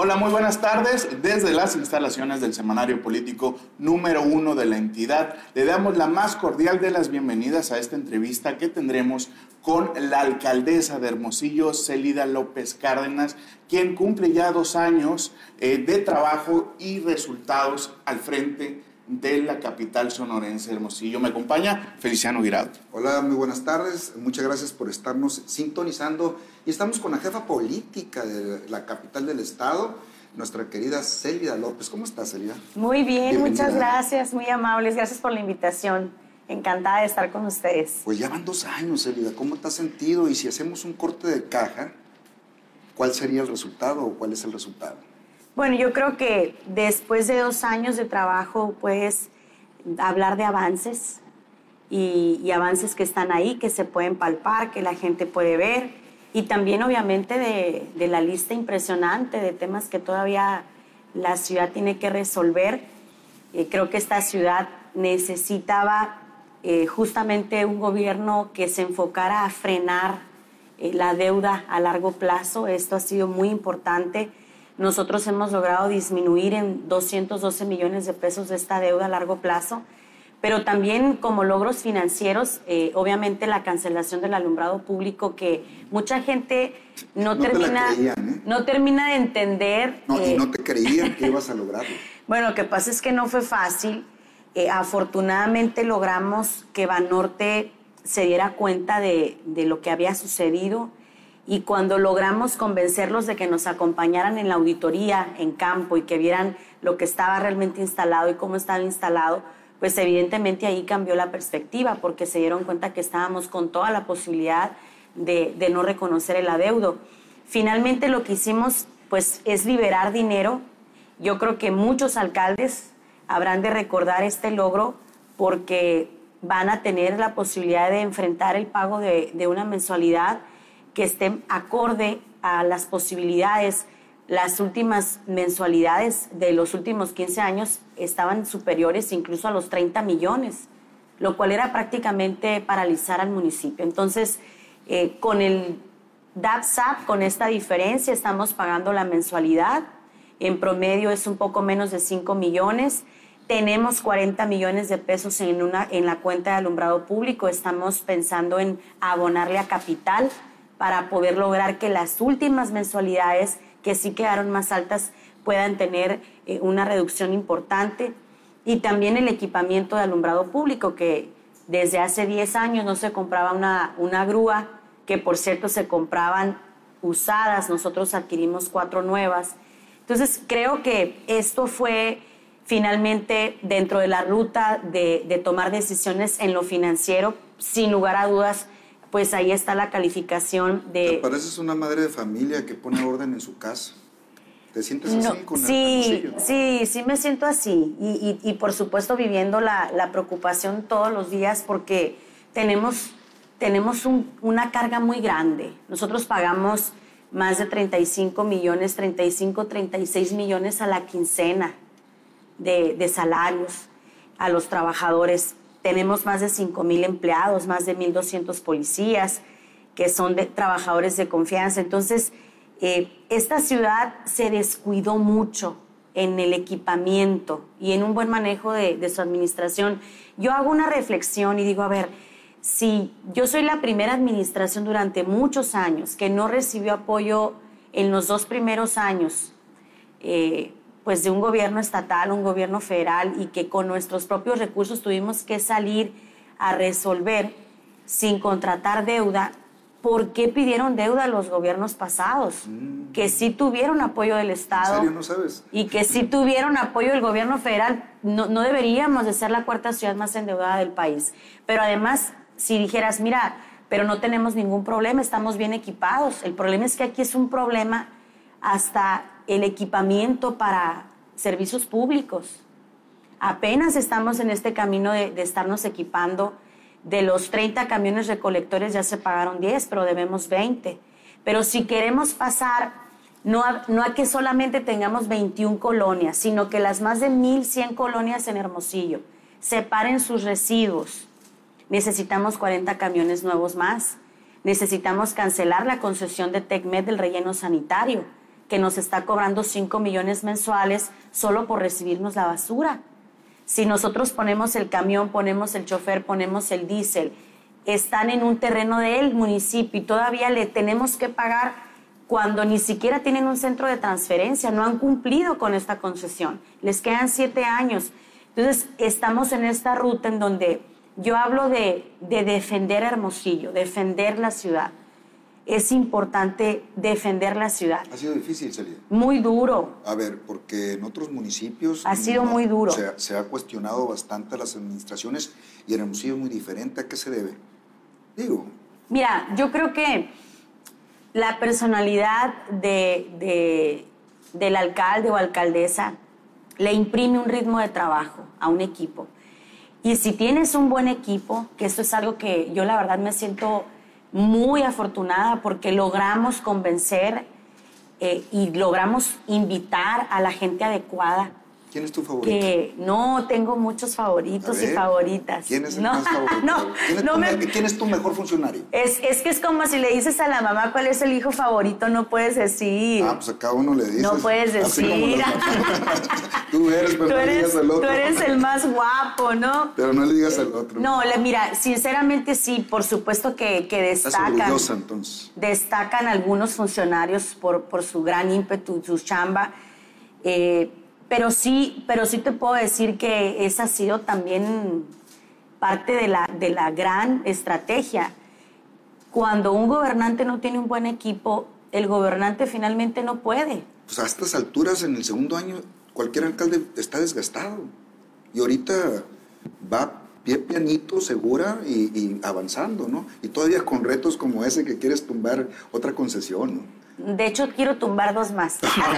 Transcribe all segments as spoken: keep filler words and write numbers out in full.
Hola, muy buenas tardes. Desde las instalaciones del semanario político número uno de la entidad, le damos la más cordial de las bienvenidas a esta entrevista que tendremos con la alcaldesa de Hermosillo, Célida López Cárdenas, quien cumple ya dos años eh, de trabajo y resultados al frente de la capital sonorense, Hermosillo. Me acompaña Feliciano Guirado. Hola, muy buenas tardes. Muchas gracias por estarnos sintonizando. Y estamos con la jefa política de la capital del estado, nuestra querida Célida López. ¿Cómo estás, Célida? Muy bien, Bienvenida. Muchas gracias, muy amables. Gracias por la invitación. Encantada de estar con ustedes. Pues ya van dos años, Célida. ¿Cómo te has sentido? Y si hacemos un corte de caja, ¿cuál sería el resultado o cuál es el resultado? Bueno, yo creo que después de dos años de trabajo puedes hablar de avances y, y avances que están ahí, que se pueden palpar, que la gente puede ver, y también obviamente de, de la lista impresionante de temas que todavía la ciudad tiene que resolver. Eh, creo que esta ciudad necesitaba eh, justamente un gobierno que se enfocara a frenar eh, la deuda a largo plazo. Esto ha sido muy importante. Nosotros hemos logrado disminuir en doscientos doce millones de pesos de esta deuda a largo plazo, pero también como logros financieros, eh, obviamente la cancelación del alumbrado público, que mucha gente no, no termina, creían, ¿eh? no termina de entender. No, eh, y no te creían que ibas a lograrlo. Bueno, lo que pasa es que no fue fácil. Eh, afortunadamente logramos que Banorte se diera cuenta de, de lo que había sucedido. Y cuando logramos convencerlos de que nos acompañaran en la auditoría en campo y que vieran lo que estaba realmente instalado y cómo estaba instalado, pues evidentemente ahí cambió la perspectiva, porque se dieron cuenta que estábamos con toda la posibilidad de, de no reconocer el adeudo. Finalmente lo que hicimos pues es liberar dinero. Yo creo que muchos alcaldes habrán de recordar este logro porque van a tener la posibilidad de enfrentar el pago de, de una mensualidad que esté acorde a las posibilidades. Las últimas mensualidades de los últimos quince años estaban superiores incluso a los treinta millones, lo cual era prácticamente paralizar al municipio. Entonces, eh, con el D A P S A P, con esta diferencia, estamos pagando la mensualidad. En promedio es un poco menos de cinco millones. Tenemos cuarenta millones de pesos en, una, en la cuenta de alumbrado público. Estamos pensando en abonarle a Capital para poder lograr que las últimas mensualidades, que sí quedaron más altas, puedan tener eh, una reducción importante. Y también el equipamiento de alumbrado público, que desde hace diez años no se compraba una, una grúa, que por cierto se compraban usadas, nosotros adquirimos cuatro nuevas. Entonces creo que esto fue finalmente dentro de la ruta de, de tomar decisiones en lo financiero, sin lugar a dudas. Pues ahí está la calificación de... ¿Te pareces una madre de familia que pone orden en su casa? ¿Te sientes así no, con sí, el sí, sí me siento así. Y, y, y por supuesto viviendo la, la preocupación todos los días, porque tenemos, tenemos un, una carga muy grande. Nosotros pagamos más de treinta y cinco millones, treinta y cinco, treinta y seis millones a la quincena de, de salarios a los trabajadores. Tenemos más de cinco mil empleados, más de mil doscientos policías, que son de, trabajadores de confianza. Entonces, eh, esta ciudad se descuidó mucho en el equipamiento y en un buen manejo de, de su administración. Yo hago una reflexión y digo, a ver, si yo soy la primera administración durante muchos años que no recibió apoyo en los dos primeros años, eh, pues de un gobierno estatal, un gobierno federal, y que con nuestros propios recursos tuvimos que salir a resolver sin contratar deuda, ¿por qué pidieron deuda los gobiernos pasados? Mm. Que sí tuvieron apoyo del Estado. ¿En serio no sabes? Y que sí tuvieron apoyo del gobierno federal. No, no deberíamos de ser la cuarta ciudad más endeudada del país. Pero además, si dijeras, mira, pero no tenemos ningún problema, estamos bien equipados. El problema es que aquí es un problema hasta el equipamiento para servicios públicos. Apenas estamos en este camino de, de estarnos equipando. De los treinta camiones recolectores ya se pagaron diez, pero debemos veinte. Pero si queremos pasar, no a, no a que solamente tengamos veintiuna colonias, sino que las más de mil cien colonias en Hermosillo separen sus residuos, necesitamos cuarenta camiones nuevos más. Necesitamos cancelar la concesión de TecMed del relleno sanitario, que nos está cobrando cinco millones mensuales solo por recibirnos la basura. Si nosotros ponemos el camión, ponemos el chofer, ponemos el diésel, están en un terreno del municipio y todavía le tenemos que pagar cuando ni siquiera tienen un centro de transferencia, no han cumplido con esta concesión, les quedan siete años. Entonces, estamos en esta ruta en donde yo hablo de, de defender Hermosillo, defender la ciudad. Es importante defender la ciudad. ¿Ha sido difícil, Celia? Muy duro. A ver, porque en otros municipios... Ha sido no, muy duro. Se, se ha cuestionado bastante a las administraciones y en Hermosillo es muy diferente. ¿A qué se debe? Digo... Mira, yo creo que la personalidad de, de, del alcalde o alcaldesa le imprime un ritmo de trabajo a un equipo. Y si tienes un buen equipo, que esto es algo que yo la verdad me siento muy afortunada porque logramos convencer eh, y logramos invitar a la gente adecuada. ¿Quién es tu favorito? Que no, tengo muchos favoritos ver, y favoritas. ¿Quién es el no, más favorito? No, ¿Quién, es no tu, me... ¿Quién es tu mejor funcionario? Es, es que es como si le dices a la mamá cuál es el hijo favorito, no puedes decir. Ah, pues a cada uno le dices. No puedes decir. Tú eres, pero tú no eres, le digas al otro. Tú eres el más guapo, ¿no? Pero no le digas al otro. No, le, mira, sinceramente sí, por supuesto que, que destacan. Estás orgullosa, entonces. Destacan algunos funcionarios por, por su gran ímpetu, su chamba. Eh, Pero sí, pero sí te puedo decir que esa ha sido también parte de la, de la gran estrategia. Cuando un gobernante no tiene un buen equipo, el gobernante finalmente no puede. Pues a estas alturas, en el segundo año, cualquier alcalde está desgastado. Y ahorita va pie pianito, segura y, y avanzando, ¿no? Y todavía con retos como ese que quieres tumbar otra concesión, ¿no? De hecho, quiero tumbar dos más.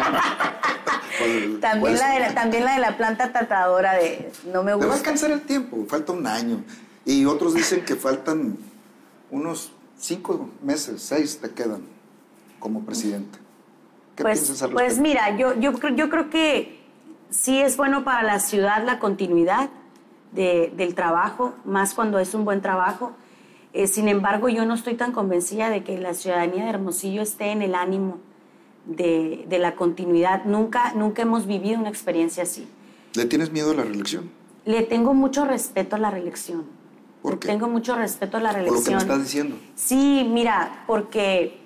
Pues, también, pues, la de la, también la de la planta tratadora de... No me gusta. Te va a alcanzar el tiempo, falta un año. Y otros dicen que faltan unos cinco meses, seis te quedan como presidente. ¿Qué pues, piensas al respecto? Pues mira, yo, yo, yo creo que sí es bueno para la ciudad la continuidad de, del trabajo, más cuando es un buen trabajo. Eh, sin embargo, yo no estoy tan convencida de que la ciudadanía de Hermosillo esté en el ánimo De, de la continuidad. Nunca, nunca hemos vivido una experiencia así. ¿Le tienes miedo a la reelección? Le tengo mucho respeto a la reelección. ¿Por qué? Le tengo mucho respeto a la reelección. Por lo que me estás diciendo. Sí, mira, porque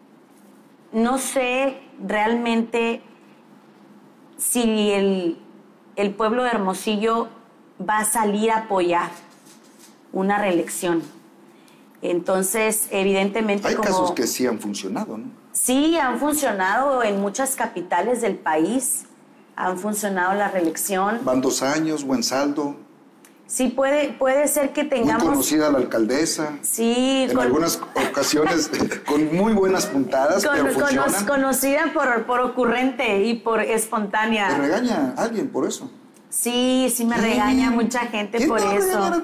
no sé realmente si el, el pueblo de Hermosillo va a salir a apoyar una reelección. Entonces, evidentemente... Hay como, casos que sí han funcionado, ¿no? Sí, han funcionado en muchas capitales del país, han funcionado la reelección. Van dos años, buen saldo. Sí, puede, puede ser que tengamos... Muy conocida la alcaldesa. Sí. En con, algunas ocasiones con muy buenas puntadas, con, pero funcionan. Cono, conocida por, por ocurrente y por espontánea. ¿Te regaña alguien por eso? Sí, sí me regaña mucha gente por eso.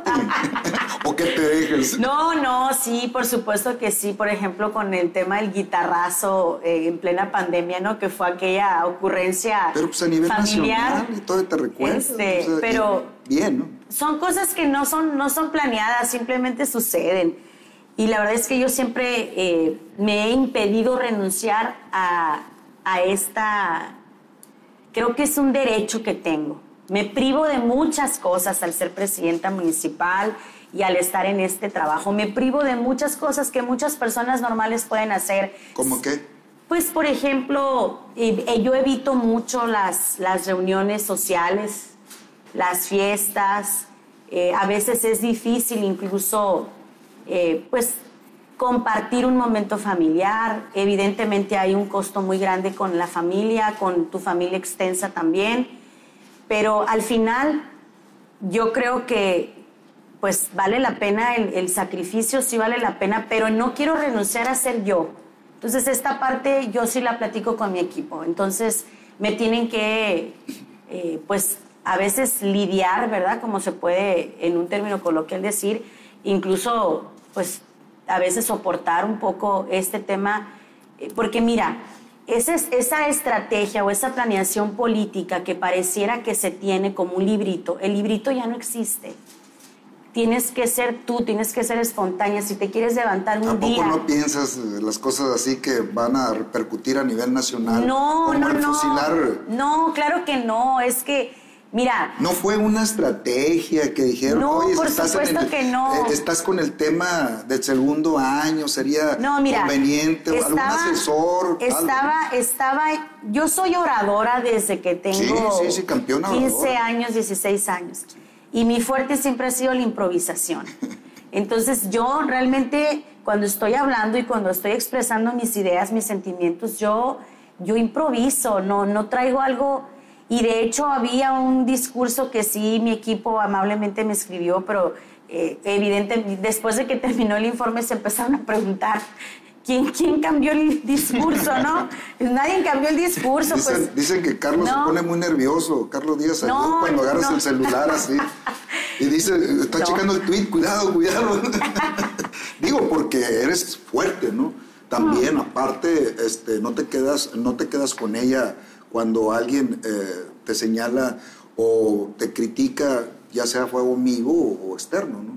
¿O qué te dejes? No, no, sí, por supuesto que sí. Por ejemplo, con el tema del guitarrazo eh, en plena pandemia, ¿no? Que fue aquella ocurrencia pero pues a nivel familiar. Nacional y todo te recuerdas. Este, o sea, pero bien, ¿no? Son cosas que no son, no son planeadas, simplemente suceden. Y la verdad es que yo siempre eh, me he impedido renunciar a, a esta... Creo que es un derecho que tengo. Me privo de muchas cosas al ser presidenta municipal y al estar en este trabajo. Me privo de muchas cosas que muchas personas normales pueden hacer. ¿Cómo qué? Pues, por ejemplo, eh, yo evito mucho las, las reuniones sociales, las fiestas. Eh, a veces es difícil incluso, eh, pues, compartir un momento familiar. Evidentemente hay un costo muy grande con la familia, con tu familia extensa también. Pero al final yo creo que pues vale la pena el, el sacrificio, sí vale la pena, pero no quiero renunciar a ser yo. Entonces esta parte yo sí la platico con mi equipo. Entonces me tienen que eh, pues a veces lidiar, ¿verdad? Como se puede en un término coloquial decir, incluso pues a veces soportar un poco este tema, eh, porque mira, Esa, esa estrategia o esa planeación política que pareciera que se tiene como un librito, el librito ya no existe. tienes que ser tú, tienes que ser espontánea. Si te quieres levantar un ¿Tampoco día... no piensas las cosas así que van a repercutir a nivel nacional? No, como no, el no. fusilar. No, claro que no. Es que, mira... No fue una estrategia que dijeron, No, oye, por si estás, supuesto en el, que no. eh, estás con el tema del segundo año, sería No, mira, conveniente, algún estaba, asesor. Estaba, algo. estaba, yo soy oradora desde que tengo Sí, sí, sí, campeona quince oradora. años, dieciséis años. Y mi fuerte siempre ha sido la improvisación. Entonces yo realmente cuando estoy hablando y cuando estoy expresando mis ideas, mis sentimientos, yo, yo improviso, no, no traigo algo. Y de hecho había un discurso que sí mi equipo amablemente me escribió, pero eh, evidentemente después de que terminó el informe se empezaron a preguntar ¿Quién, ¿Quién cambió el discurso, no? Nadie cambió el discurso. Dicen, pues, dicen que Carlos no. se pone muy nervioso, Carlos Díaz Ayub, No, cuando agarras no. el celular así. Y dice, está No. checando el tweet, cuidado, cuidado. Digo, porque eres fuerte, ¿no? También, No. aparte, este, no te quedas, no te quedas con ella cuando alguien eh, te señala o te critica, ya sea fuego amigo o, o externo, ¿no?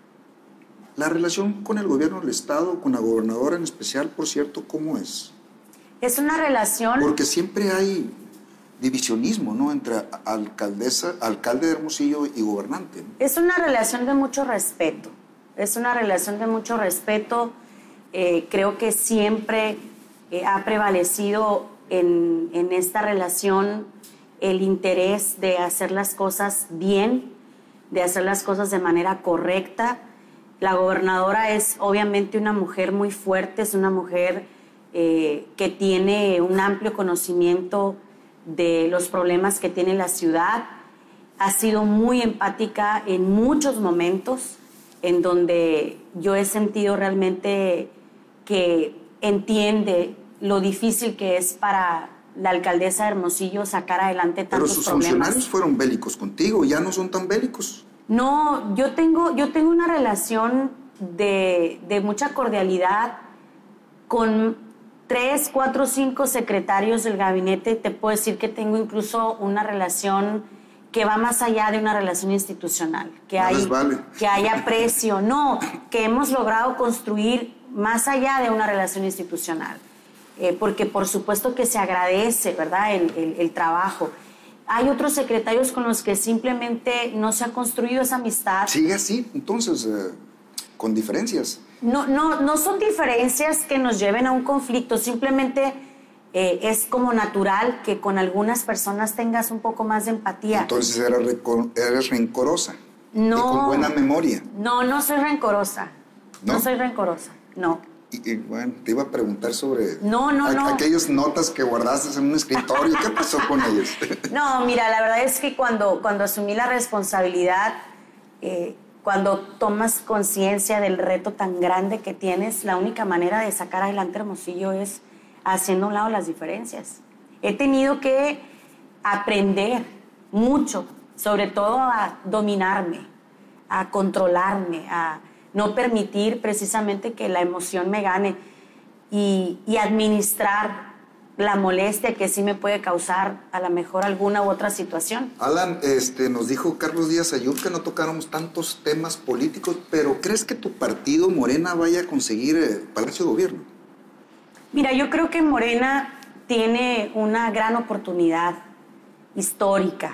La relación con el gobierno del Estado, con la gobernadora en especial, por cierto, ¿cómo es? Es una relación... Porque siempre hay divisionismo, ¿no? Entre alcaldesa, alcalde de Hermosillo y gobernante, ¿no? Es una relación de mucho respeto. Es una relación de mucho respeto. Eh, creo que siempre eh, ha prevalecido en, en esta relación el interés de hacer las cosas bien, de hacer las cosas de manera correcta. La gobernadora es obviamente una mujer muy fuerte, es una mujer eh, que tiene un amplio conocimiento de los problemas que tiene la ciudad. Ha sido muy empática en muchos momentos en donde yo he sentido realmente que entiende lo difícil que es para la alcaldesa de Hermosillo sacar adelante tantos Pero sus problemas. funcionarios fueron bélicos contigo, ya no son tan bélicos. No, yo tengo, yo tengo una relación de, de mucha cordialidad con tres, cuatro, cinco secretarios del gabinete. Te puedo decir que tengo incluso una relación que va más allá de una relación institucional, que No hay, les vale. que hay aprecio, no, que hemos logrado construir más allá de una relación institucional, eh, porque por supuesto que se agradece, ¿verdad?, el, el, el trabajo. Hay otros secretarios con los que simplemente no se ha construido esa amistad. Sigue así, entonces, eh, con diferencias. No, no, no son diferencias que nos lleven a un conflicto, simplemente eh, es como natural que con algunas personas tengas un poco más de empatía. Entonces eres, rencor- eres rencorosa. No. Y con buena memoria. No, no soy rencorosa. No, ¿No? soy rencorosa, no. Y, y, bueno, te iba a preguntar sobre No, no, a- no. aquellas notas que guardaste en un escritorio. ¿Qué pasó con ellas? No, mira, la verdad es que cuando, cuando asumí la responsabilidad, eh, cuando tomas conciencia del reto tan grande que tienes, la única manera de sacar adelante Hermosillo es haciendo a un lado las diferencias. He tenido que aprender mucho, sobre todo a dominarme, a controlarme, a no permitir precisamente que la emoción me gane y, y administrar la molestia que sí me puede causar a lo mejor alguna u otra situación. Alan, este, nos dijo Carlos Díaz Ayub que no tocáramos tantos temas políticos, pero ¿crees que tu partido Morena vaya a conseguir eh, Palacio de Gobierno? Mira, yo creo que Morena tiene una gran oportunidad histórica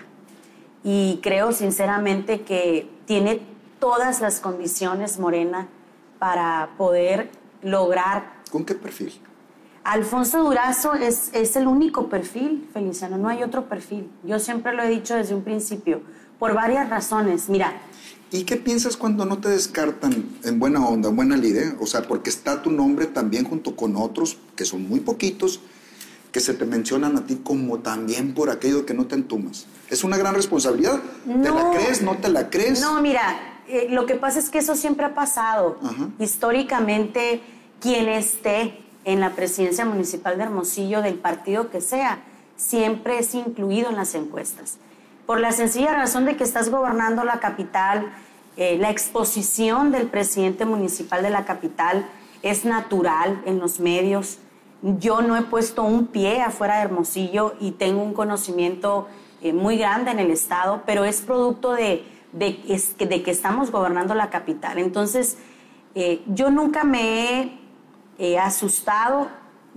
y creo sinceramente que tiene todas las condiciones Morena para poder lograr. ¿Con qué perfil? Alfonso Durazo es, es el único perfil, Feliciano, no hay otro perfil. Yo siempre lo he dicho desde un principio, por varias razones. Mira. ¿Y qué piensas cuando no te descartan en buena onda, en buena lid? Eh? O sea, porque está tu nombre también junto con otros, que son muy poquitos, que se te mencionan a ti como también por aquello que no te entumas. Es una gran responsabilidad. No, ¿Te la crees? ¿No te la crees? No, mira, eh, lo que pasa es que eso siempre ha pasado. Ajá. Históricamente, quien esté en la presidencia municipal de Hermosillo, del partido que sea, siempre es incluido en las encuestas. Por la sencilla razón de que estás gobernando la capital, eh, la exposición del presidente municipal de la capital es natural en los medios. Yo no he puesto un pie afuera de Hermosillo y tengo un conocimiento eh, muy grande en el estado, pero es producto de de, es, de que estamos gobernando la capital. Entonces, eh, yo nunca me he eh, asustado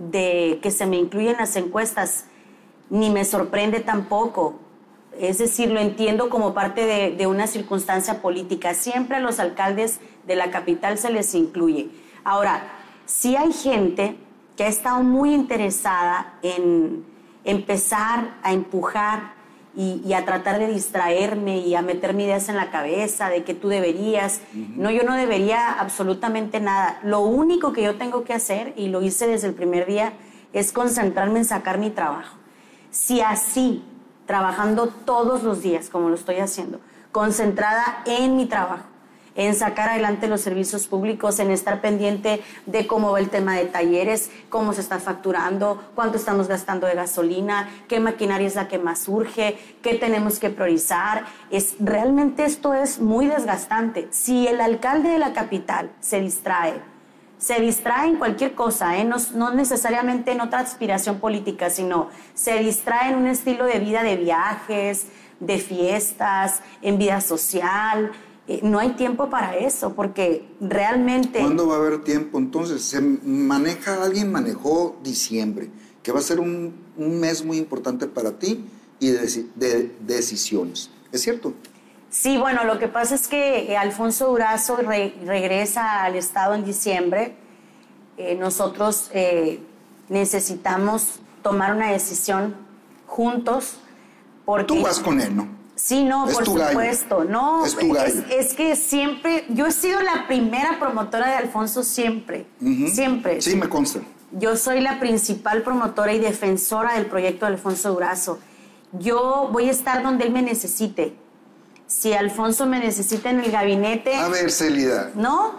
de que se me incluyan las encuestas, ni me sorprende tampoco. Es decir, lo entiendo como parte de, de una circunstancia política. Siempre a los alcaldes de la capital se les incluye. Ahora, sí hay gente que ha estado muy interesada en empezar a empujar y, y a tratar de distraerme y a meterme ideas en la cabeza de que tú deberías. Uh-huh. No, yo no debería absolutamente nada. Lo único que yo tengo que hacer, y lo hice desde el primer día, es concentrarme en sacar mi trabajo. Si así, trabajando todos los días, como lo estoy haciendo, concentrada en mi trabajo, en sacar adelante los servicios públicos, en estar pendiente de cómo va el tema de talleres, cómo se está facturando, cuánto estamos gastando de gasolina, qué maquinaria es la que más urge, qué tenemos que priorizar. Es, realmente esto es muy desgastante. Si el alcalde de la capital se distrae, se distrae en cualquier cosa, ¿eh? no, no necesariamente en otra aspiración política, sino se distrae en un estilo de vida de viajes, de fiestas, en vida social. Eh, no hay tiempo para eso, porque realmente... ¿Cuándo va a haber tiempo? Entonces, se maneja, alguien manejó diciembre, que va a ser un, un mes muy importante para ti y de, de decisiones. ¿Es cierto? Sí, bueno, lo que pasa es que Alfonso Durazo re, regresa al Estado en diciembre. Eh, nosotros eh, necesitamos tomar una decisión juntos. Porque, tú vas con él, ¿no? Sí, no, es por supuesto. Gallo. No, es, tu gallo. Es, es que siempre, yo he sido la primera promotora de Alfonso siempre, uh-huh. siempre. Sí, me consta. Yo soy la principal promotora y defensora del proyecto de Alfonso Durazo. Yo voy a estar donde él me necesite. Si Alfonso me necesita en el gabinete... A ver, Celida. ¿No?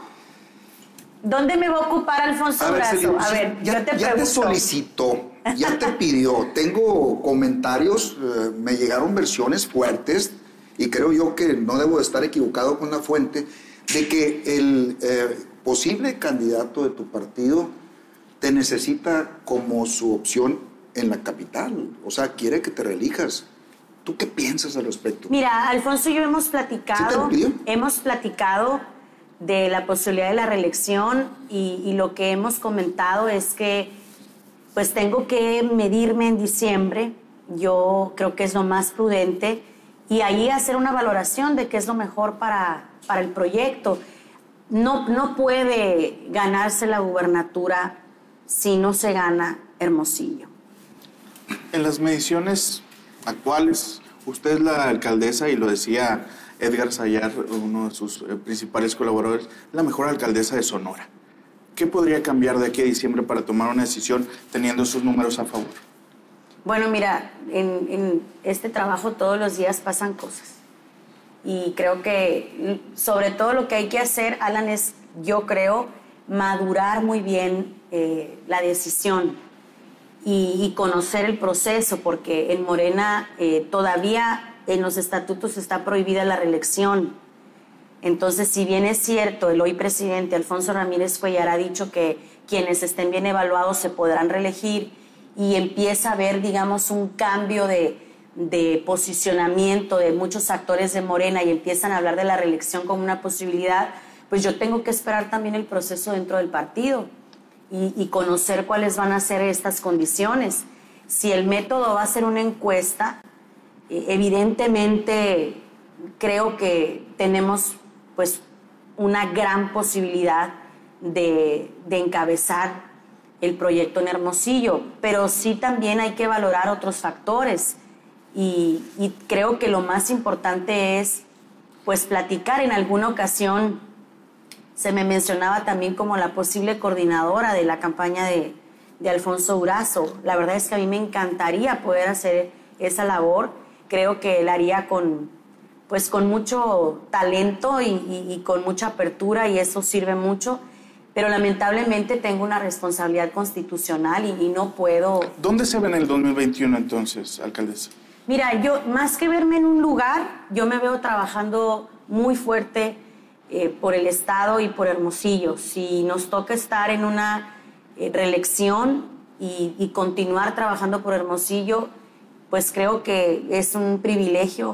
¿Dónde me va a ocupar Alfonso a ver, Durazo? Celida, a ver, ya, yo te ya pregunto. te solicitó, ya te pidió. Tengo comentarios, eh, me llegaron versiones fuertes, y creo yo que no debo de estar equivocado con la fuente, de que el eh, posible candidato de tu partido te necesita como su opción en la capital. O sea, quiere que te reelijas. ¿Tú qué piensas al respecto? Mira, Alfonso y yo hemos platicado, ¿Sí te lo pidió? hemos platicado de la posibilidad de la reelección y, y lo que hemos comentado es que pues tengo que medirme en diciembre. Yo creo que es lo más prudente y ahí hacer una valoración de qué es lo mejor para, para el proyecto. No, no puede ganarse la gubernatura si no se gana Hermosillo. En las mediciones actuales, usted es la alcaldesa, y lo decía Edgar Sayar, uno de sus eh, principales colaboradores, la mejor alcaldesa de Sonora. ¿Qué podría cambiar de aquí a diciembre para tomar una decisión teniendo esos números a favor? Bueno, mira, en, en este trabajo todos los días pasan cosas. Y creo que sobre todo lo que hay que hacer, Alan, es, yo creo, madurar muy bien eh, la decisión. Y, y conocer el proceso, porque en Morena eh, todavía en los estatutos está prohibida la reelección. Entonces, si bien es cierto, el hoy presidente Alfonso Ramírez Cuellar ha dicho que quienes estén bien evaluados se podrán reelegir y empieza a haber, digamos, un cambio de, de posicionamiento de muchos actores de Morena y empiezan a hablar de la reelección como una posibilidad, pues yo tengo que esperar también el proceso dentro del partido. Y, y conocer cuáles van a ser estas condiciones. Si el método va a ser una encuesta, eh, evidentemente creo que tenemos pues una gran posibilidad de, de encabezar el proyecto en Hermosillo, pero sí también hay que valorar otros factores y, y creo que lo más importante es pues platicar. En alguna ocasión se me mencionaba también como la posible coordinadora de la campaña de, de Alfonso Durazo. La verdad es que a mí me encantaría poder hacer esa labor. Creo que la haría con, pues, con mucho talento y, y, y con mucha apertura, y eso sirve mucho. Pero lamentablemente tengo una responsabilidad constitucional y, y no puedo... ¿Dónde se ve en el dos mil veintiuno entonces, alcaldesa? Mira, yo más que verme en un lugar, yo me veo trabajando muy fuerte Eh, por el Estado y por Hermosillo. Si nos toca estar en una eh, reelección y, y continuar trabajando por Hermosillo, pues creo que es un privilegio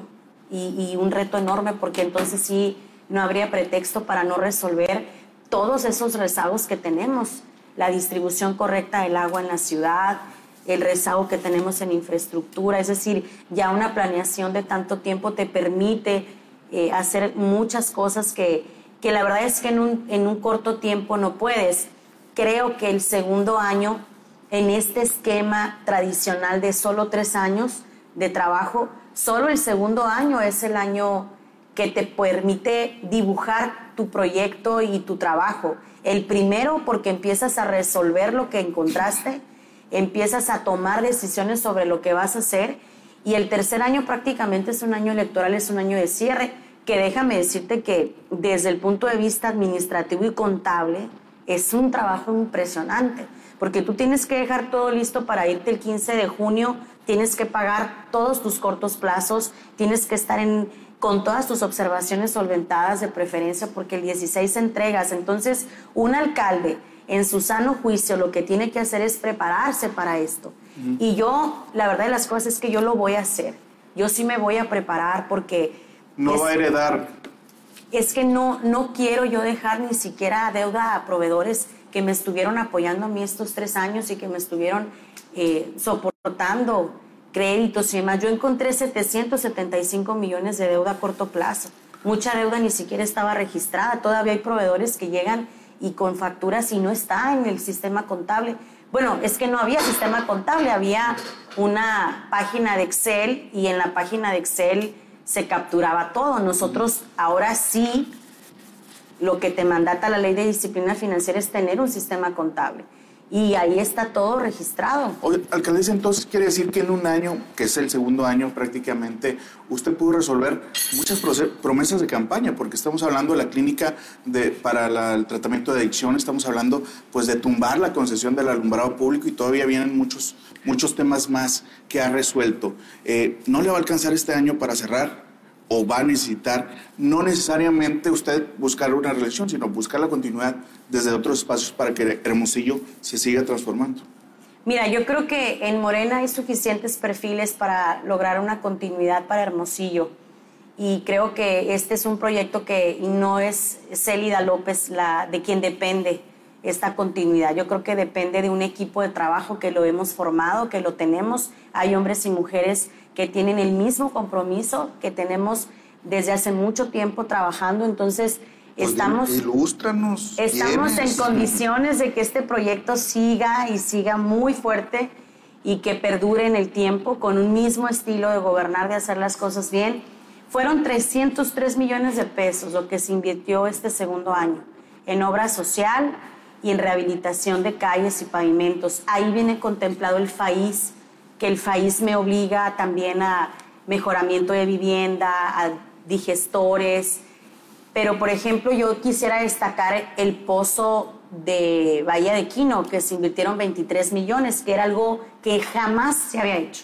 y, y un reto enorme, porque entonces sí no habría pretexto para no resolver todos esos rezagos que tenemos, la distribución correcta del agua en la ciudad, el rezago que tenemos en infraestructura, es decir, ya una planeación de tanto tiempo te permite eh, hacer muchas cosas que, que la verdad es que en un, en un corto tiempo no puedes. Creo que el segundo año, en este esquema tradicional de solo tres años de trabajo, solo el segundo año es el año que te permite dibujar tu proyecto y tu trabajo. El primero porque empiezas a resolver lo que encontraste, empiezas a tomar decisiones sobre lo que vas a hacer, y el tercer año prácticamente es un año electoral, es un año de cierre, que déjame decirte que desde el punto de vista administrativo y contable es un trabajo impresionante, porque tú tienes que dejar todo listo para irte el quince de junio, tienes que pagar todos tus cortos plazos, tienes que estar en, con todas tus observaciones solventadas de preferencia, porque el dieciséis entregas. Entonces, un alcalde en su sano juicio lo que tiene que hacer es prepararse para esto. Uh-huh. Y yo, la verdad de las cosas es que yo lo voy a hacer. Yo sí me voy a preparar porque... No es, va a heredar. Es que no, no quiero yo dejar ni siquiera deuda a proveedores que me estuvieron apoyando a mí estos tres años y que me estuvieron eh, soportando créditos y demás. Yo encontré setecientos setenta y cinco millones de deuda a corto plazo. Mucha deuda ni siquiera estaba registrada. Todavía hay proveedores que llegan y con facturas y no está en el sistema contable. Bueno, es que no había sistema contable, había una página de Excel y en la página de Excel se capturaba todo. Nosotros ahora sí, lo que te mandata la ley de disciplina financiera es tener un sistema contable. Y ahí está todo registrado. Oye, alcaldesa, entonces quiere decir que en un año, que es el segundo año prácticamente, usted pudo resolver muchas promesas de campaña, porque estamos hablando de la clínica de, para la, el tratamiento de adicción, estamos hablando pues de tumbar la concesión del alumbrado público y todavía vienen muchos, muchos temas más que ha resuelto. Eh, ¿No le va a alcanzar este año para cerrar? ¿O va a necesitar, no necesariamente usted buscar una reelección, sino buscar la continuidad desde otros espacios para que Hermosillo se siga transformando? Mira, yo creo que en Morena hay suficientes perfiles para lograr una continuidad para Hermosillo. Y creo que este es un proyecto que no es Célida López la, de quien depende esta continuidad. Yo creo que depende de un equipo de trabajo que lo hemos formado, que lo tenemos. Hay hombres y mujeres que tienen el mismo compromiso que tenemos desde hace mucho tiempo trabajando. Entonces, pues estamos, ilústranos, estamos en ¿tienes? condiciones de que este proyecto siga y siga muy fuerte y que perdure en el tiempo con un mismo estilo de gobernar, de hacer las cosas bien. Fueron trescientos tres millones de pesos lo que se invirtió este segundo año en obra social y en rehabilitación de calles y pavimentos. Ahí viene contemplado el F A I S, que el F A I S me obliga también a mejoramiento de vivienda, a digestores. Pero, por ejemplo, yo quisiera destacar el pozo de Bahía de Quino, que se invirtieron veintitrés millones, que era algo que jamás se había hecho.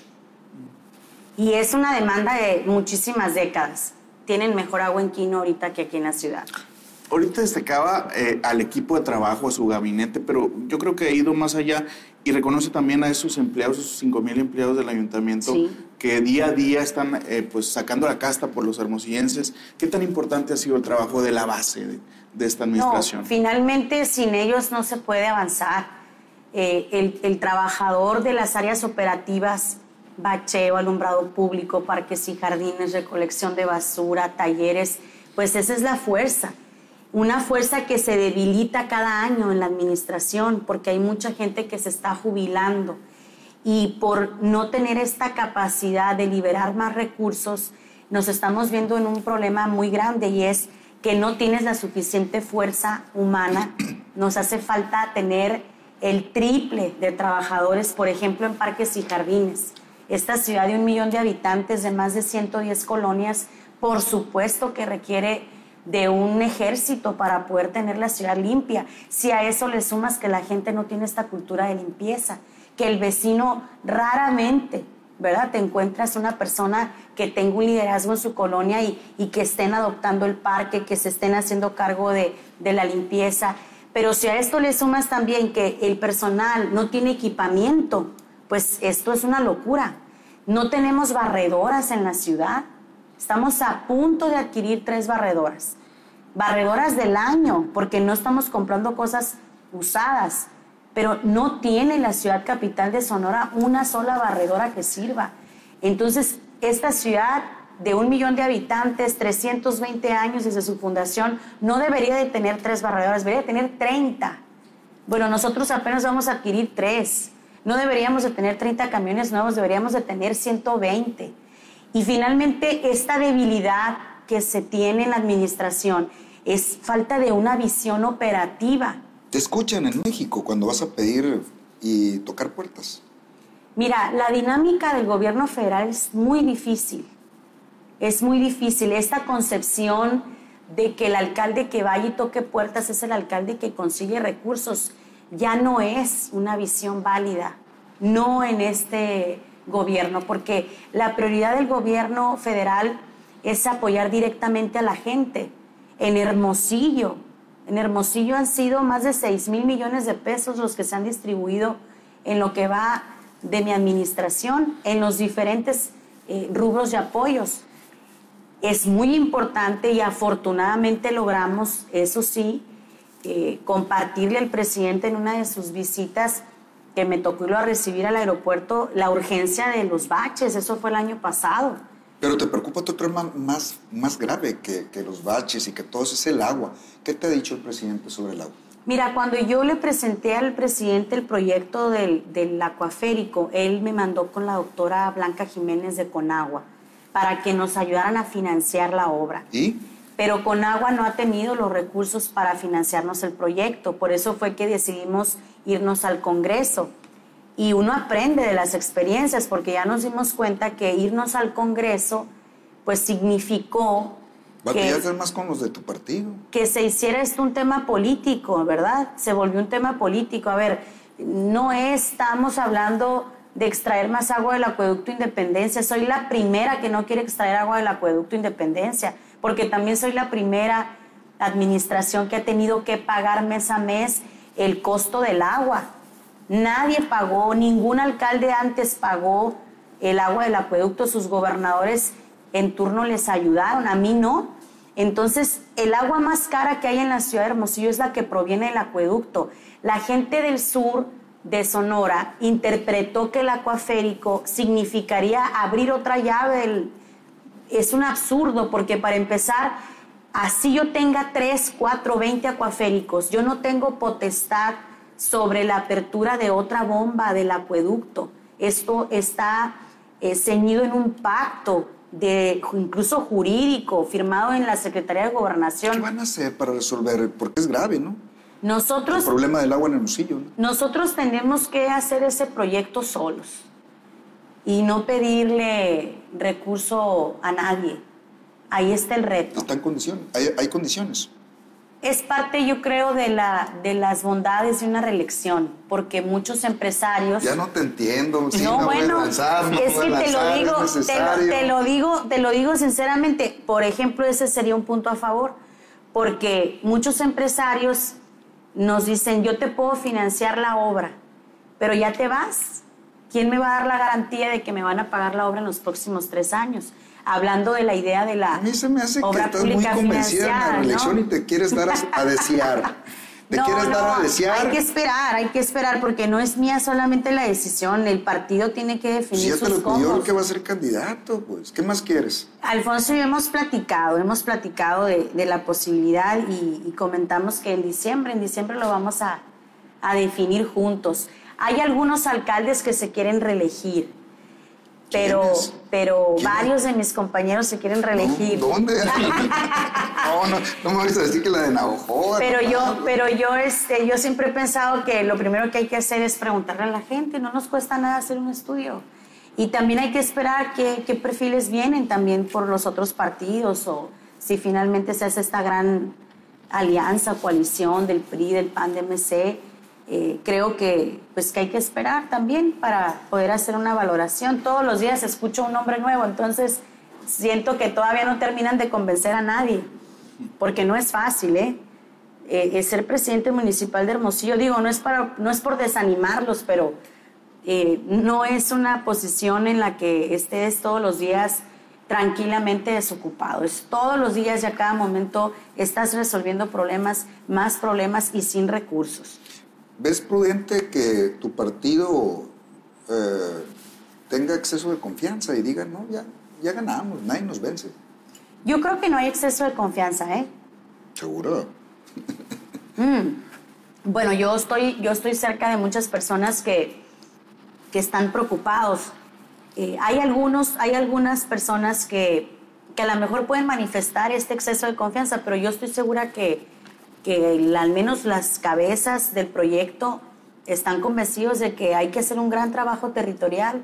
Y es una demanda de muchísimas décadas. Tienen mejor agua en Quino ahorita que aquí en la ciudad. Ahorita destacaba eh, al equipo de trabajo, a su gabinete, pero yo creo que ha ido más allá y reconoce también a esos empleados, esos cinco mil empleados del ayuntamiento, sí, que día a día están eh, pues sacando la casta por los hermosillenses. ¿Qué tan importante ha sido el trabajo de la base de, de esta administración? No, finalmente sin ellos no se puede avanzar. Eh, el, el trabajador de las áreas operativas, bacheo, alumbrado público, parques y jardines, recolección de basura, talleres, pues esa es la fuerza. Una fuerza que se debilita cada año en la administración porque hay mucha gente que se está jubilando y por no tener esta capacidad de liberar más recursos nos estamos viendo en un problema muy grande y es que no tienes la suficiente fuerza humana. Nos hace falta tener el triple de trabajadores, por ejemplo, en parques y jardines. Esta ciudad de un millón de habitantes, de más de ciento diez colonias, por supuesto que requiere de un ejército para poder tener la ciudad limpia. Si a eso le sumas que la gente no tiene esta cultura de limpieza, que el vecino raramente, ¿verdad?, te encuentras una persona que tenga un liderazgo en su colonia y, y que estén adoptando el parque, que se estén haciendo cargo de, de la limpieza. Pero si a esto le sumas también que el personal no tiene equipamiento, pues esto es una locura. No tenemos barredoras en la ciudad. Estamos a punto de adquirir tres barredoras. Barredoras del año, porque no estamos comprando cosas usadas. Pero no tiene la ciudad capital de Sonora una sola barredora que sirva. Entonces, esta ciudad de un millón de habitantes, trescientos veinte años desde su fundación, no debería de tener tres barredoras, debería de tener treinta. Bueno, nosotros apenas vamos a adquirir tres. No deberíamos de tener treinta camiones nuevos, deberíamos de tener ciento veinte. Y finalmente, esta debilidad que se tiene en la administración es falta de una visión operativa. ¿Te escuchan en México cuando vas a pedir y tocar puertas? Mira, la dinámica del gobierno federal es muy difícil. Es muy difícil. Esta concepción de que el alcalde que vaya y toque puertas es el alcalde que consigue recursos ya no es una visión válida. No en este gobierno, porque la prioridad del gobierno federal es apoyar directamente a la gente. En Hermosillo, en Hermosillo han sido más de seis mil millones de pesos los que se han distribuido en lo que va de mi administración, en los diferentes eh, rubros de apoyos. Es muy importante y afortunadamente logramos, eso sí, eh, compartirle al presidente en una de sus visitas que me tocó irlo a recibir al aeropuerto, la urgencia de los baches. Eso fue el año pasado. Pero te preocupa otro tema más, más grave que, que los baches y que todo eso es el agua. ¿Qué te ha dicho el presidente sobre el agua? Mira, cuando yo le presenté al presidente el proyecto del, del acuaférico, él me mandó con la doctora Blanca Jiménez de Conagua para que nos ayudaran a financiar la obra. ¿Y? Pero Conagua no ha tenido los recursos para financiarnos el proyecto. Por eso fue que decidimos irnos al Congreso. Y uno aprende de las experiencias, porque ya nos dimos cuenta que irnos al Congreso pues significó Batallaste más con los de tu partido. Que se hiciera esto un tema político, ¿verdad? Se volvió un tema político. A ver, no estamos hablando de extraer más agua del acueducto Independencia. Soy la primera que no quiere extraer agua del acueducto Independencia, porque también soy la primera administración que ha tenido que pagar mes a mes el costo del agua. Nadie pagó, ningún alcalde antes pagó el agua del acueducto, sus gobernadores en turno les ayudaron, a mí no. Entonces, el agua más cara que hay en la ciudad de Hermosillo es la que proviene del acueducto. La gente del sur de Sonora interpretó que el acuaférico significaría abrir otra llave. Del... Es un absurdo, porque para empezar, así yo tenga tres, cuatro, veinte acuaféricos, yo no tengo potestad sobre la apertura de otra bomba del acueducto. Esto está eh, ceñido en un pacto de incluso jurídico firmado en la Secretaría de Gobernación. ¿Qué van a hacer para resolver? Porque es grave, ¿no? Nosotros, el problema del agua en Hermosillo, ¿no? Nosotros tenemos que hacer ese proyecto solos y no pedirle recurso a nadie. Ahí está el reto. Está en condiciones, hay, hay condiciones. Es parte, yo creo, de, la, de las bondades de una reelección, porque muchos empresarios... Ya no te entiendo. Sí, no, no bueno, voy a lanzar, no es voy que a te lo lanzar, digo, es te lo, necesario. te lo digo, te lo digo sinceramente. Por ejemplo, ese sería un punto a favor, porque muchos empresarios nos dicen, yo te puedo financiar la obra, pero ya te vas. ¿Quién me va a dar la garantía de que me van a pagar la obra en los próximos tres años? Hablando de la idea de la obra pública financiada. A mí se me hace que estás muy convencida en la reelección, ¿no? Y te quieres dar a, a desear. Te no, quieres no, dar a desear. Hay que esperar, hay que esperar, porque no es mía solamente la decisión. El partido tiene que definir si ya sus te lo pidió costos. el que va a ser candidato, pues. ¿Qué más quieres? Alfonso y yo hemos platicado, hemos platicado de, de la posibilidad y, y comentamos que en diciembre, en diciembre lo vamos a, a definir juntos. Hay algunos alcaldes que se quieren reelegir, pero, pero varios de mis compañeros se quieren reelegir. No, ¿dónde? no, no, no me vais a decir que la de Navajo. Pero no, yo, no. pero yo, este, yo siempre he pensado que lo primero que hay que hacer es preguntarle a la gente. No nos cuesta nada hacer un estudio. Y también hay que esperar qué, qué perfiles vienen también por los otros partidos, o si finalmente se hace esta gran alianza, coalición del P R I, del P A N, del M C. Eh, creo que, pues, que hay que esperar también para poder hacer una valoración. Todos los días escucho un nombre nuevo, entonces siento que todavía no terminan de convencer a nadie, porque no es fácil, ¿eh? Eh, eh, ser presidente municipal de Hermosillo, digo, no es, para, no es por desanimarlos, pero eh, no es una posición en la que estés todos los días tranquilamente desocupado. Es todos los días y a cada momento estás resolviendo problemas, más problemas y sin recursos. ¿Ves prudente que tu partido eh, tenga exceso de confianza y diga, no, ya, ya ganamos, nadie nos vence? Yo creo que no hay exceso de confianza, ¿eh? ¿Seguro? mm. Bueno, yo estoy, yo estoy cerca de muchas personas que, que están preocupados. Eh, hay, algunos, hay algunas personas que, que a lo mejor pueden manifestar este exceso de confianza, pero yo estoy segura que, que la, al menos las cabezas del proyecto están convencidos de que hay que hacer un gran trabajo territorial.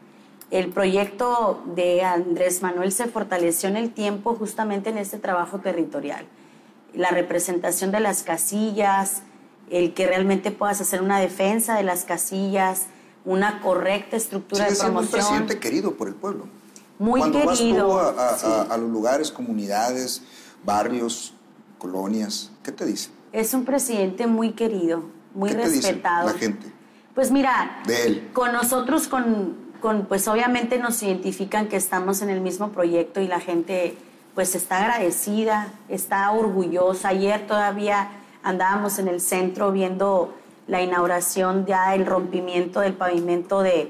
El proyecto de Andrés Manuel se fortaleció en el tiempo justamente en este trabajo territorial. La representación de las casillas, el que realmente puedas hacer una defensa de las casillas, una correcta estructura de promoción. Sí, es un presidente querido por el pueblo. Muy Cuando querido. Cuando vas tú a, a, sí. a, a los lugares, comunidades, barrios, colonias, ¿qué te dice? Es un presidente muy querido, muy ¿Qué respetado. te dice la gente? Pues mira, de él. Con nosotros, con, con, pues obviamente nos identifican que estamos en el mismo proyecto y la gente pues está agradecida, está orgullosa. Ayer todavía andábamos en el centro viendo la inauguración, ya el rompimiento del pavimento de,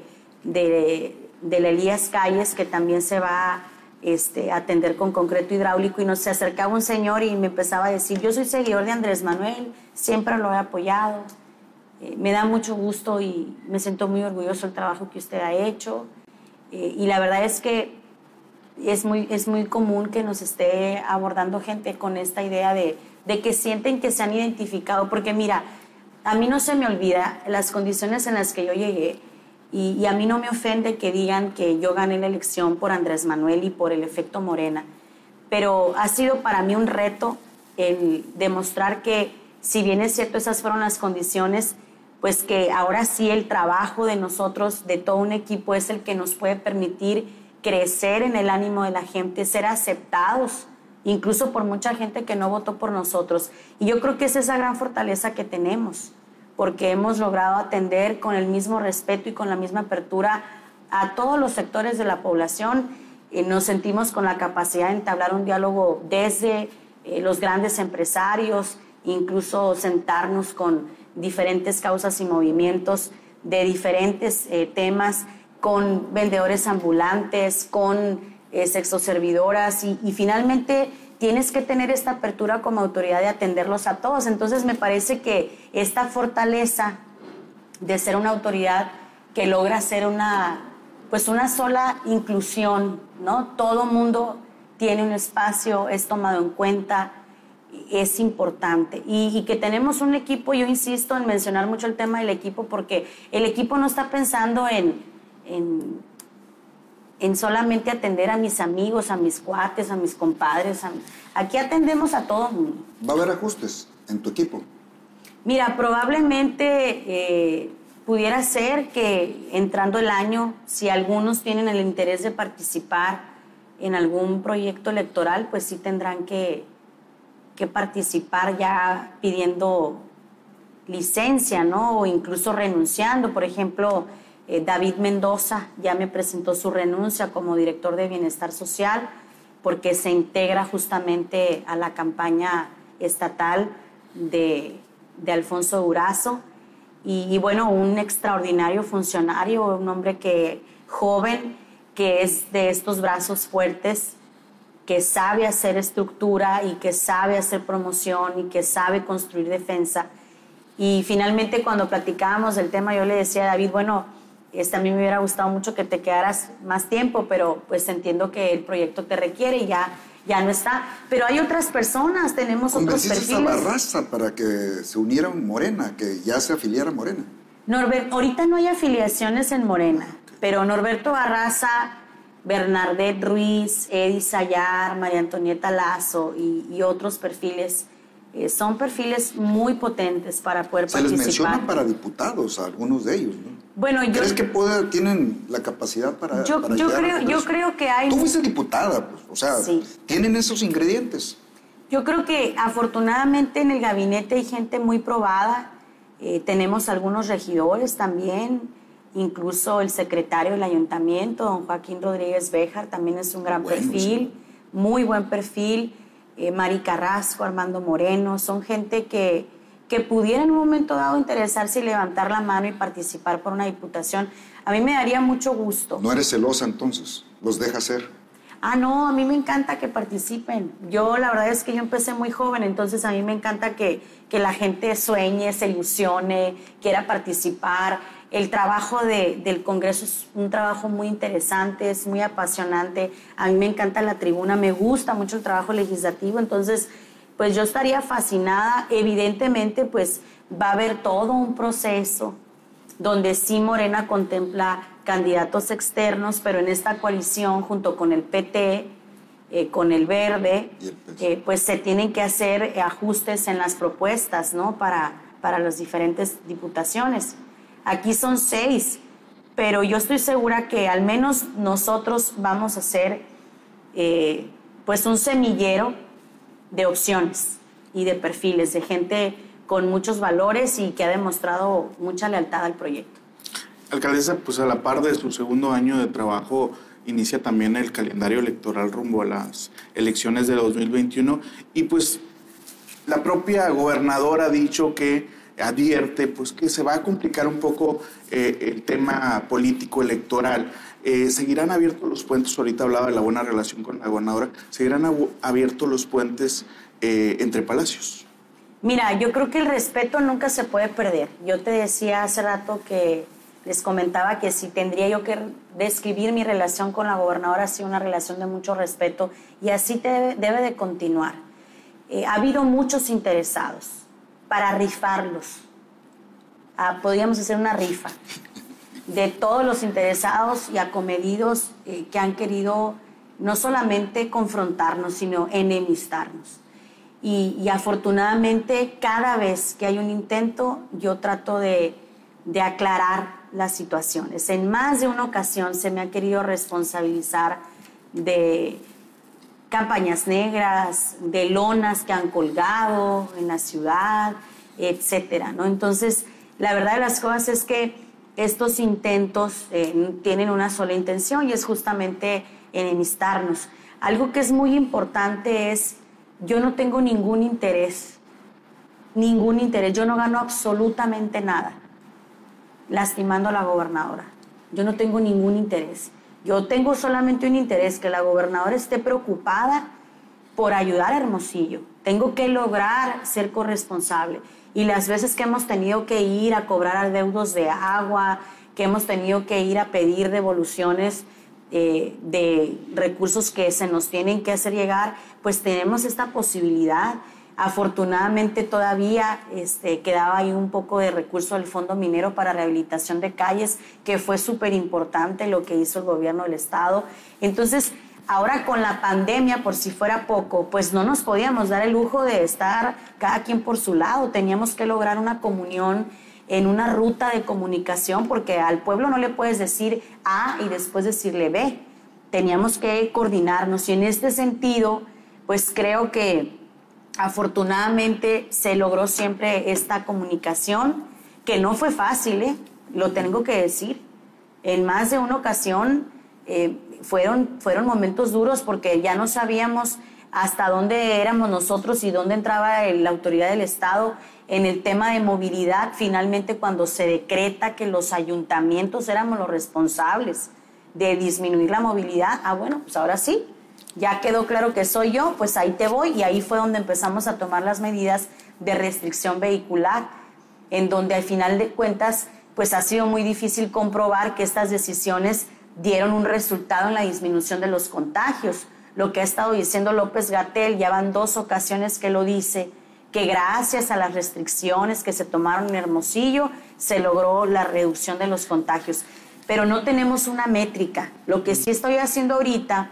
de, de la Elías Calles, que también se va este, a atender con concreto hidráulico, y nos se acercaba un señor y me empezaba a decir, yo soy seguidor de Andrés Manuel, siempre lo he apoyado, eh, me da mucho gusto y me siento muy orgulloso del trabajo que usted ha hecho, eh, y la verdad es que es muy, es muy común que nos esté abordando gente con esta idea de, de que sienten que se han identificado, porque mira, a mí no se me olvida las condiciones en las que yo llegué y, y a mí no me ofende que digan que yo gané la elección por Andrés Manuel y por el efecto Morena, pero ha sido para mí un reto el demostrar que, si bien es cierto esas fueron las condiciones, pues que ahora sí el trabajo de nosotros, de todo un equipo, es el que nos puede permitir crecer en el ánimo de la gente, ser aceptados incluso por mucha gente que no votó por nosotros. Y yo creo que es esa gran fortaleza que tenemos, porque hemos logrado atender con el mismo respeto y con la misma apertura a todos los sectores de la población. Eh, nos sentimos con la capacidad de entablar un diálogo desde eh, los grandes empresarios, incluso sentarnos con diferentes causas y movimientos de diferentes eh, temas, con vendedores ambulantes, con Eh, sexoservidoras y, y finalmente tienes que tener esta apertura como autoridad de atenderlos a todos. Entonces me parece que esta fortaleza de ser una autoridad que logra ser una, pues una sola inclusión, ¿no? Todo mundo tiene un espacio, es tomado en cuenta, es importante. Y, y que tenemos un equipo, yo insisto en mencionar mucho el tema del equipo, porque el equipo no está pensando en... en en solamente atender a mis amigos, a mis cuates, a mis compadres. A... Aquí atendemos a todo el mundo. ¿Va a haber ajustes en tu equipo? Mira, probablemente eh, pudiera ser que entrando el año, si algunos tienen el interés de participar en algún proyecto electoral, pues sí tendrán que, que participar ya pidiendo licencia, ¿no? O incluso renunciando. Por ejemplo, Eh, David Mendoza ya me presentó su renuncia como director de Bienestar Social, porque se integra justamente a la campaña estatal de, de Alfonso Durazo. Y, y bueno, un extraordinario funcionario, un hombre que, joven, que es de estos brazos fuertes, que sabe hacer estructura y que sabe hacer promoción y que sabe construir defensa. Y finalmente, cuando platicábamos del tema, yo le decía a David, bueno, Este, a mí me hubiera gustado mucho que te quedaras más tiempo, pero pues entiendo que el proyecto te requiere y ya, ya no está. Pero hay otras personas, tenemos otros perfiles. ¿Convenciste a Barraza para que se uniera a Morena, que ya se afiliara a Morena? Norbert, ahorita no hay afiliaciones en Morena, okay. Pero Norberto Barraza, Bernardet Ruiz, Eddie Sayar, María Antonieta Lazo y, y otros perfiles, eh, son perfiles muy potentes para poder se participar. Se les menciona para diputados, a algunos de ellos, ¿no? Bueno, yo, ¿crees que puede, tienen la capacidad para, yo, para yo llegar creo, a yo creo que hay... Tú fuiste diputada, pues, o sea, sí. Tienen esos ingredientes. Yo creo que afortunadamente en el gabinete hay gente muy probada, eh, tenemos algunos regidores también, incluso el secretario del ayuntamiento, don Joaquín Rodríguez Béjar, también es un gran Bueno, perfil, sí. muy buen perfil, eh, Mari Carrasco, Armando Moreno, son gente que, que pudiera en un momento dado interesarse y levantar la mano y participar por una diputación. A mí me daría mucho gusto. ¿No eres celosa entonces? ¿Los dejas ser? Ah, no, a mí me encanta que participen. Yo, la verdad es que yo empecé muy joven, entonces a mí me encanta que, que la gente sueñe, se ilusione, quiera participar. El trabajo de, del Congreso es un trabajo muy interesante, es muy apasionante. A mí me encanta la tribuna, me gusta mucho el trabajo legislativo, entonces, pues yo estaría fascinada. Evidentemente, pues va a haber todo un proceso donde sí Morena contempla candidatos externos, pero en esta coalición junto con el P T, eh, con el Verde, Y el P S. eh, pues se tienen que hacer eh, ajustes en las propuestas, ¿no? Para, para las diferentes diputaciones. Aquí son seis, pero yo estoy segura que al menos nosotros vamos a hacer eh, pues un semillero de opciones y de perfiles, de gente con muchos valores y que ha demostrado mucha lealtad al proyecto. Alcaldesa, pues a la par de su segundo año de trabajo, inicia también el calendario electoral rumbo a las elecciones de dos mil veintiuno y pues la propia gobernadora ha dicho que advierte pues que se va a complicar un poco eh, el tema político electoral. Eh, ¿Seguirán abiertos los puentes? Ahorita hablaba de la buena relación con la gobernadora. ¿Seguirán ab- abiertos los puentes eh, entre palacios? Mira, yo creo que el respeto nunca se puede perder. Yo te decía hace rato que les comentaba que si tendría yo que describir mi relación con la gobernadora, ha sido una relación de mucho respeto y así te debe, debe de continuar. Eh, ha habido muchos interesados para rifarlos. Ah, podríamos hacer una rifa de todos los interesados y acomedidos eh, que han querido no solamente confrontarnos, sino enemistarnos. Y, y afortunadamente cada vez que hay un intento yo trato de, de aclarar las situaciones. En más de una ocasión se me ha querido responsabilizar de campañas negras, de lonas que han colgado en la ciudad, etcétera, ¿no? Entonces, la verdad de las cosas es que estos intentos eh, tienen una sola intención y es justamente enemistarnos. Algo que es muy importante es, yo no tengo ningún interés, ningún interés, yo no gano absolutamente nada lastimando a la gobernadora. Yo no tengo ningún interés. Yo tengo solamente un interés, que la gobernadora esté preocupada por ayudar a Hermosillo. Tengo que lograr ser corresponsable. Y las veces que hemos tenido que ir a cobrar adeudos de agua, que hemos tenido que ir a pedir devoluciones eh, de recursos que se nos tienen que hacer llegar, pues tenemos esta posibilidad. Afortunadamente todavía este, quedaba ahí un poco de recurso del Fondo Minero para rehabilitación de calles, que fue súper importante lo que hizo el gobierno del estado. Entonces, ahora con la pandemia, por si fuera poco, pues no nos podíamos dar el lujo de estar cada quien por su lado. Teníamos que lograr una comunión en una ruta de comunicación, porque al pueblo no le puedes decir A y después decirle B. Teníamos que coordinarnos y en este sentido, pues creo que afortunadamente se logró siempre esta comunicación, que no fue fácil, ¿eh? Lo tengo que decir. En más de una ocasión eh, fueron, fueron momentos duros porque ya no sabíamos hasta dónde éramos nosotros y dónde entraba la autoridad del Estado en el tema de movilidad. Finalmente, cuando se decreta que los ayuntamientos éramos los responsables de disminuir la movilidad, ah, bueno, pues ahora sí. Ya quedó claro que soy yo, pues ahí te voy. Y ahí fue donde empezamos a tomar las medidas de restricción vehicular, en donde al final de cuentas, pues ha sido muy difícil comprobar que estas decisiones dieron un resultado en la disminución de los contagios. Lo que ha estado diciendo López-Gatell, ya van dos ocasiones que lo dice, que gracias a las restricciones que se tomaron en Hermosillo, se logró la reducción de los contagios. Pero no tenemos una métrica. Lo que sí estoy haciendo ahorita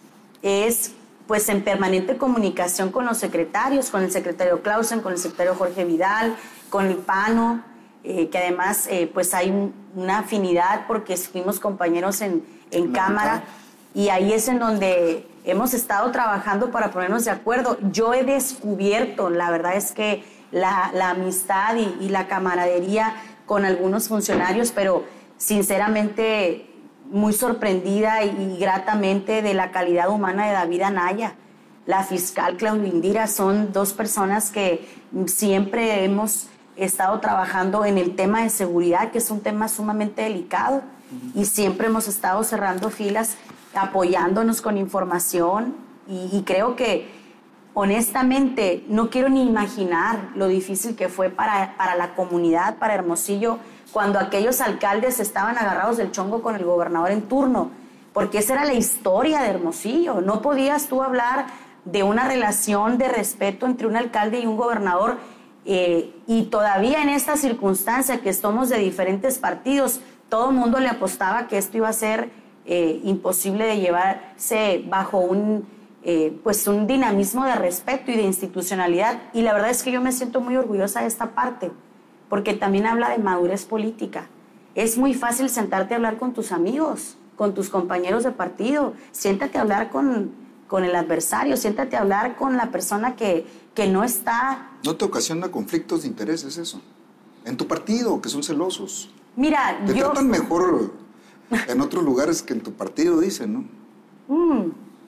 es pues en permanente comunicación con los secretarios, con el secretario Clausen, con el secretario Jorge Vidal, con el Pano, eh, que además eh, pues hay un, una afinidad porque fuimos compañeros en, en Cámara, y ahí es en donde hemos estado trabajando para ponernos de acuerdo. Yo he descubierto, la verdad es que la, la amistad y, y la camaradería con algunos funcionarios, pero sinceramente muy sorprendida y, y gratamente de la calidad humana de David Anaya, la fiscal Claudia Indira. Son dos personas que siempre hemos estado trabajando en el tema de seguridad, que es un tema sumamente delicado, uh-huh. y siempre hemos estado cerrando filas, apoyándonos con información, y, y creo que honestamente no quiero ni imaginar lo difícil que fue para, para la comunidad, para Hermosillo, cuando aquellos alcaldes estaban agarrados del chongo con el gobernador en turno, porque esa era la historia de Hermosillo. No podías tú hablar de una relación de respeto entre un alcalde y un gobernador, eh, y todavía en esta circunstancia que somos de diferentes partidos, todo el mundo le apostaba que esto iba a ser eh, imposible de llevarse bajo un, eh, pues un dinamismo de respeto y de institucionalidad. Y la verdad es que yo me siento muy orgullosa de esta parte, porque también habla de madurez política. Es muy fácil sentarte a hablar con tus amigos, con tus compañeros de partido. Siéntate a hablar con, con el adversario, siéntate a hablar con la persona que, que no está... ¿No te ocasiona conflictos de intereses eso? En tu partido, que son celosos. Mira, te yo... Te tratan mejor en otros lugares que en tu partido, dicen, ¿no? Mm.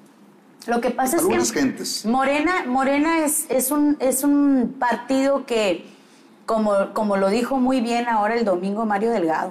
Lo que pasa Algunas es que... gentes. Morena, Morena es, es, un, es un partido que... Como, como lo dijo muy bien ahora el domingo Mario Delgado,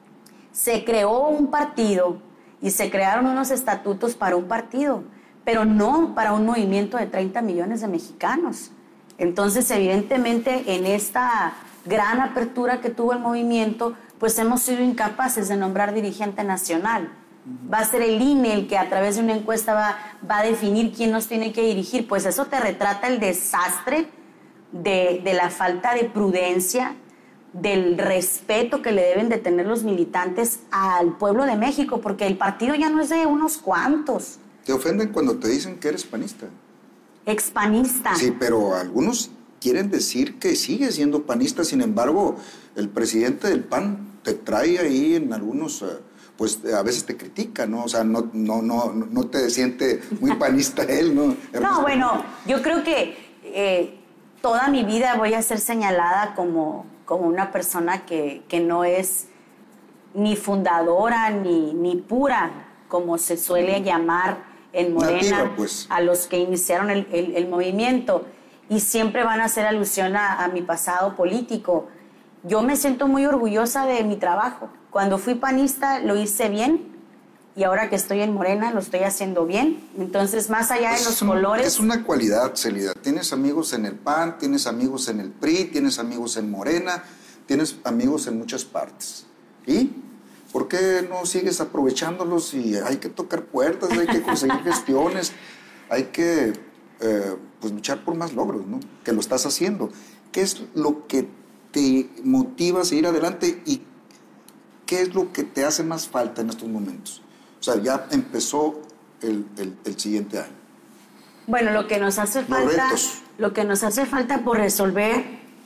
se creó un partido y se crearon unos estatutos para un partido, pero no para un movimiento de treinta millones de mexicanos. Entonces, evidentemente, en esta gran apertura que tuvo el movimiento, pues hemos sido incapaces de nombrar dirigente nacional. Va a ser el I N E el que a través de una encuesta va, va a definir quién nos tiene que dirigir. Pues eso te retrata el desastre De, de la falta de prudencia, del respeto que le deben de tener los militantes al pueblo de México, porque el partido ya no es de unos cuantos. Te ofenden cuando te dicen que eres panista. Expanista. Sí, pero algunos quieren decir que sigue siendo panista. Sin embargo, el presidente del P A N te trae ahí en algunos... pues a veces te critica, ¿no? O sea, no, no, no, no te siente muy panista él, ¿no? No, bueno, yo creo que... Eh, toda mi vida voy a ser señalada como, como una persona que, que no es ni fundadora ni, ni pura, como se suele llamar en Morena, nativa, pues. A los que iniciaron el, el, el movimiento, y siempre van a hacer alusión a, a mi pasado político. Yo me siento muy orgullosa de mi trabajo. Cuando fui panista lo hice bien, y ahora que estoy en Morena lo estoy haciendo bien. Entonces, más allá de los un, colores... Es una cualidad, Celida. Tienes amigos en el P A N, tienes amigos en el P R I, tienes amigos en Morena, tienes amigos en muchas partes. ¿Y por qué no sigues aprovechándolos? Y hay que tocar puertas, hay que conseguir gestiones, hay que eh, pues luchar por más logros, ¿no? Que lo estás haciendo. ¿Qué es lo que te motiva a seguir adelante y qué es lo que te hace más falta en estos momentos? O sea, ya empezó el, el, el siguiente año. Bueno, lo que nos hace falta, lo que nos hace falta por resolver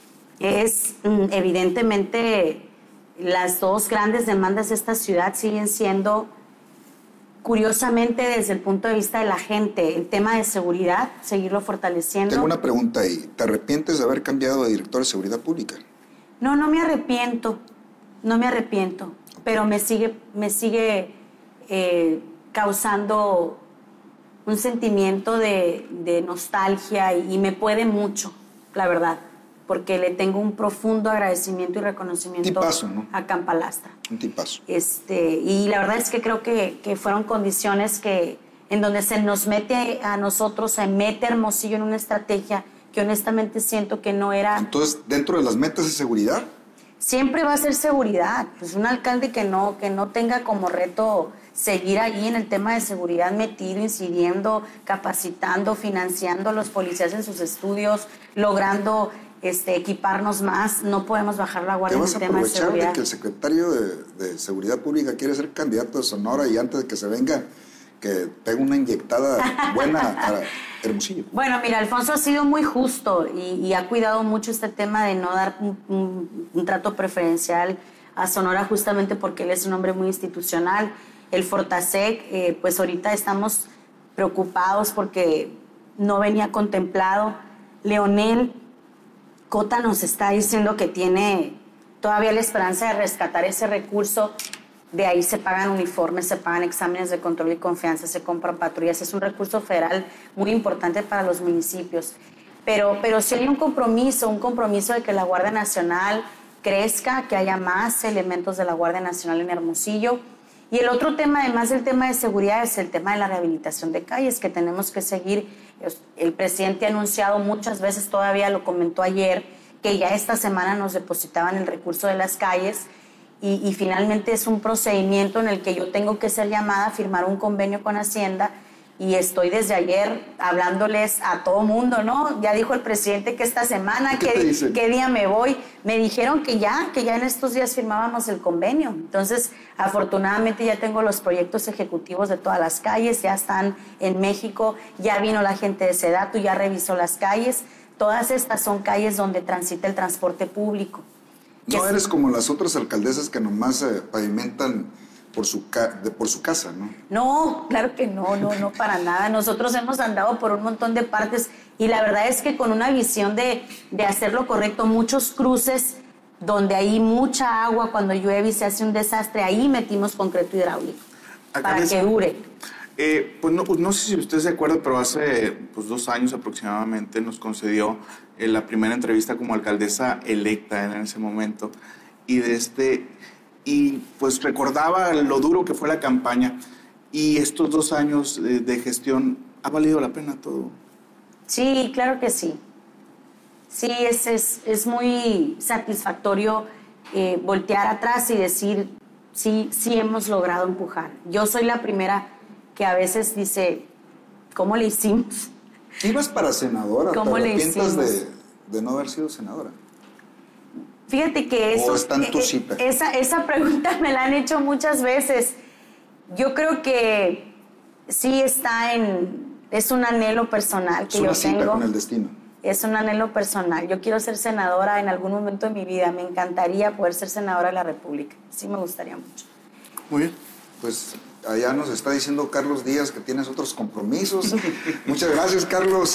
es, evidentemente, las dos grandes demandas de esta ciudad siguen siendo, curiosamente, desde el punto de vista de la gente, el tema de seguridad, seguirlo fortaleciendo. Tengo una pregunta ahí. ¿Te arrepientes de haber cambiado de director de seguridad pública? No, no me arrepiento, no me arrepiento, okay. Pero me sigue, me sigue eh, causando un sentimiento de, de nostalgia y, y me puede mucho, la verdad, porque le tengo un profundo agradecimiento y reconocimiento tipazo, ¿no? a Campalastra. Un tipazo. Este, y la verdad es que creo que, que fueron condiciones que, en donde se nos mete a nosotros, se mete Hermosillo en una estrategia que honestamente siento que no era... Entonces, ¿dentro de las metas de seguridad? Siempre va a ser seguridad. Pues un alcalde que no, que no tenga como reto seguir ahí en el tema de seguridad metido, incidiendo, capacitando, financiando a los policías en sus estudios, logrando este, equiparnos más, no podemos bajar la guardia en el tema de seguridad. ¿Te vas a aprovechar de que el secretario de, de Seguridad Pública quiere ser candidato de Sonora y antes de que se venga, que pegue una inyectada buena a Hermosillo? Bueno, mira, Alfonso ha sido muy justo y, y ha cuidado mucho este tema de no dar un, un, un trato preferencial a Sonora, justamente porque él es un hombre muy institucional. El Fortasec, eh, pues ahorita estamos preocupados porque no venía contemplado. Leonel Cota nos está diciendo que tiene todavía la esperanza de rescatar ese recurso de ahí se pagan uniformes, se pagan exámenes de control y confianza, se compran patrullas. Es un recurso federal muy importante para los municipios. Pero, pero sí hay un compromiso, un compromiso de que la Guardia Nacional crezca, que haya más elementos de la Guardia Nacional en Hermosillo. Y el otro tema, además del tema de seguridad, es el tema de la rehabilitación de calles, que tenemos que seguir. El presidente ha anunciado muchas veces, todavía lo comentó ayer, que ya esta semana nos depositaban el recurso de las calles y, y finalmente es un procedimiento en el que yo tengo que ser llamada a firmar un convenio con Hacienda. Y estoy desde ayer hablándoles a todo mundo, ¿no? Ya dijo el presidente que esta semana, ¿Qué ¿qué, ¿qué día me voy? Me dijeron que ya, que ya en estos días firmábamos el convenio. Entonces, afortunadamente ya tengo los proyectos ejecutivos de todas las calles, ya están en México, ya vino la gente de Sedatu, ya revisó las calles. Todas estas son calles donde transita el transporte público. No eres como las otras alcaldesas que nomás eh, pavimentan por su, ca de, por su casa, ¿no? No, claro que no, no, no para nada. Nosotros hemos andado por un montón de partes y la verdad es que con una visión de, de hacer lo correcto, muchos cruces donde hay mucha agua cuando llueve y se hace un desastre, ahí metimos concreto hidráulico para que dure. Eh, pues, no, pues no sé si usted se acuerda, pero hace pues, dos años aproximadamente nos concedió eh, la primera entrevista como alcaldesa electa en ese momento y de este... y pues recordaba lo duro que fue la campaña y estos dos años de, de gestión, ¿ha valido la pena todo? Sí, claro que sí. Sí, es, es, es muy satisfactorio eh, voltear atrás y decir, sí, sí hemos logrado empujar. Yo soy la primera que a veces dice, ¿cómo le hicimos? Ibas para senadora, ¿Cómo ¿te le arrepientas hicimos? de, de no haber sido senadora? Fíjate que eso, ¿O está en tu cita? eh, esa, esa pregunta me la han hecho muchas veces. Yo creo que sí está en... Es un anhelo personal que es una yo cita tengo. con el destino. Es un anhelo personal. Yo quiero ser senadora en algún momento de mi vida. Me encantaría poder ser senadora de la República. Sí me gustaría mucho. Muy bien. Pues allá nos está diciendo Carlos Díaz que tienes otros compromisos. Muchas gracias, Carlos.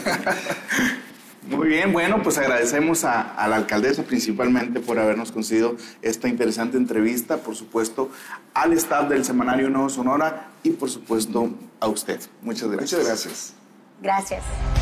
Muy bien, bueno, pues agradecemos a, a la alcaldesa principalmente por habernos concedido esta interesante entrevista, por supuesto, al staff del Semanario Nuevo Sonora y por supuesto a usted. Muchas gracias. Muchas gracias. Gracias.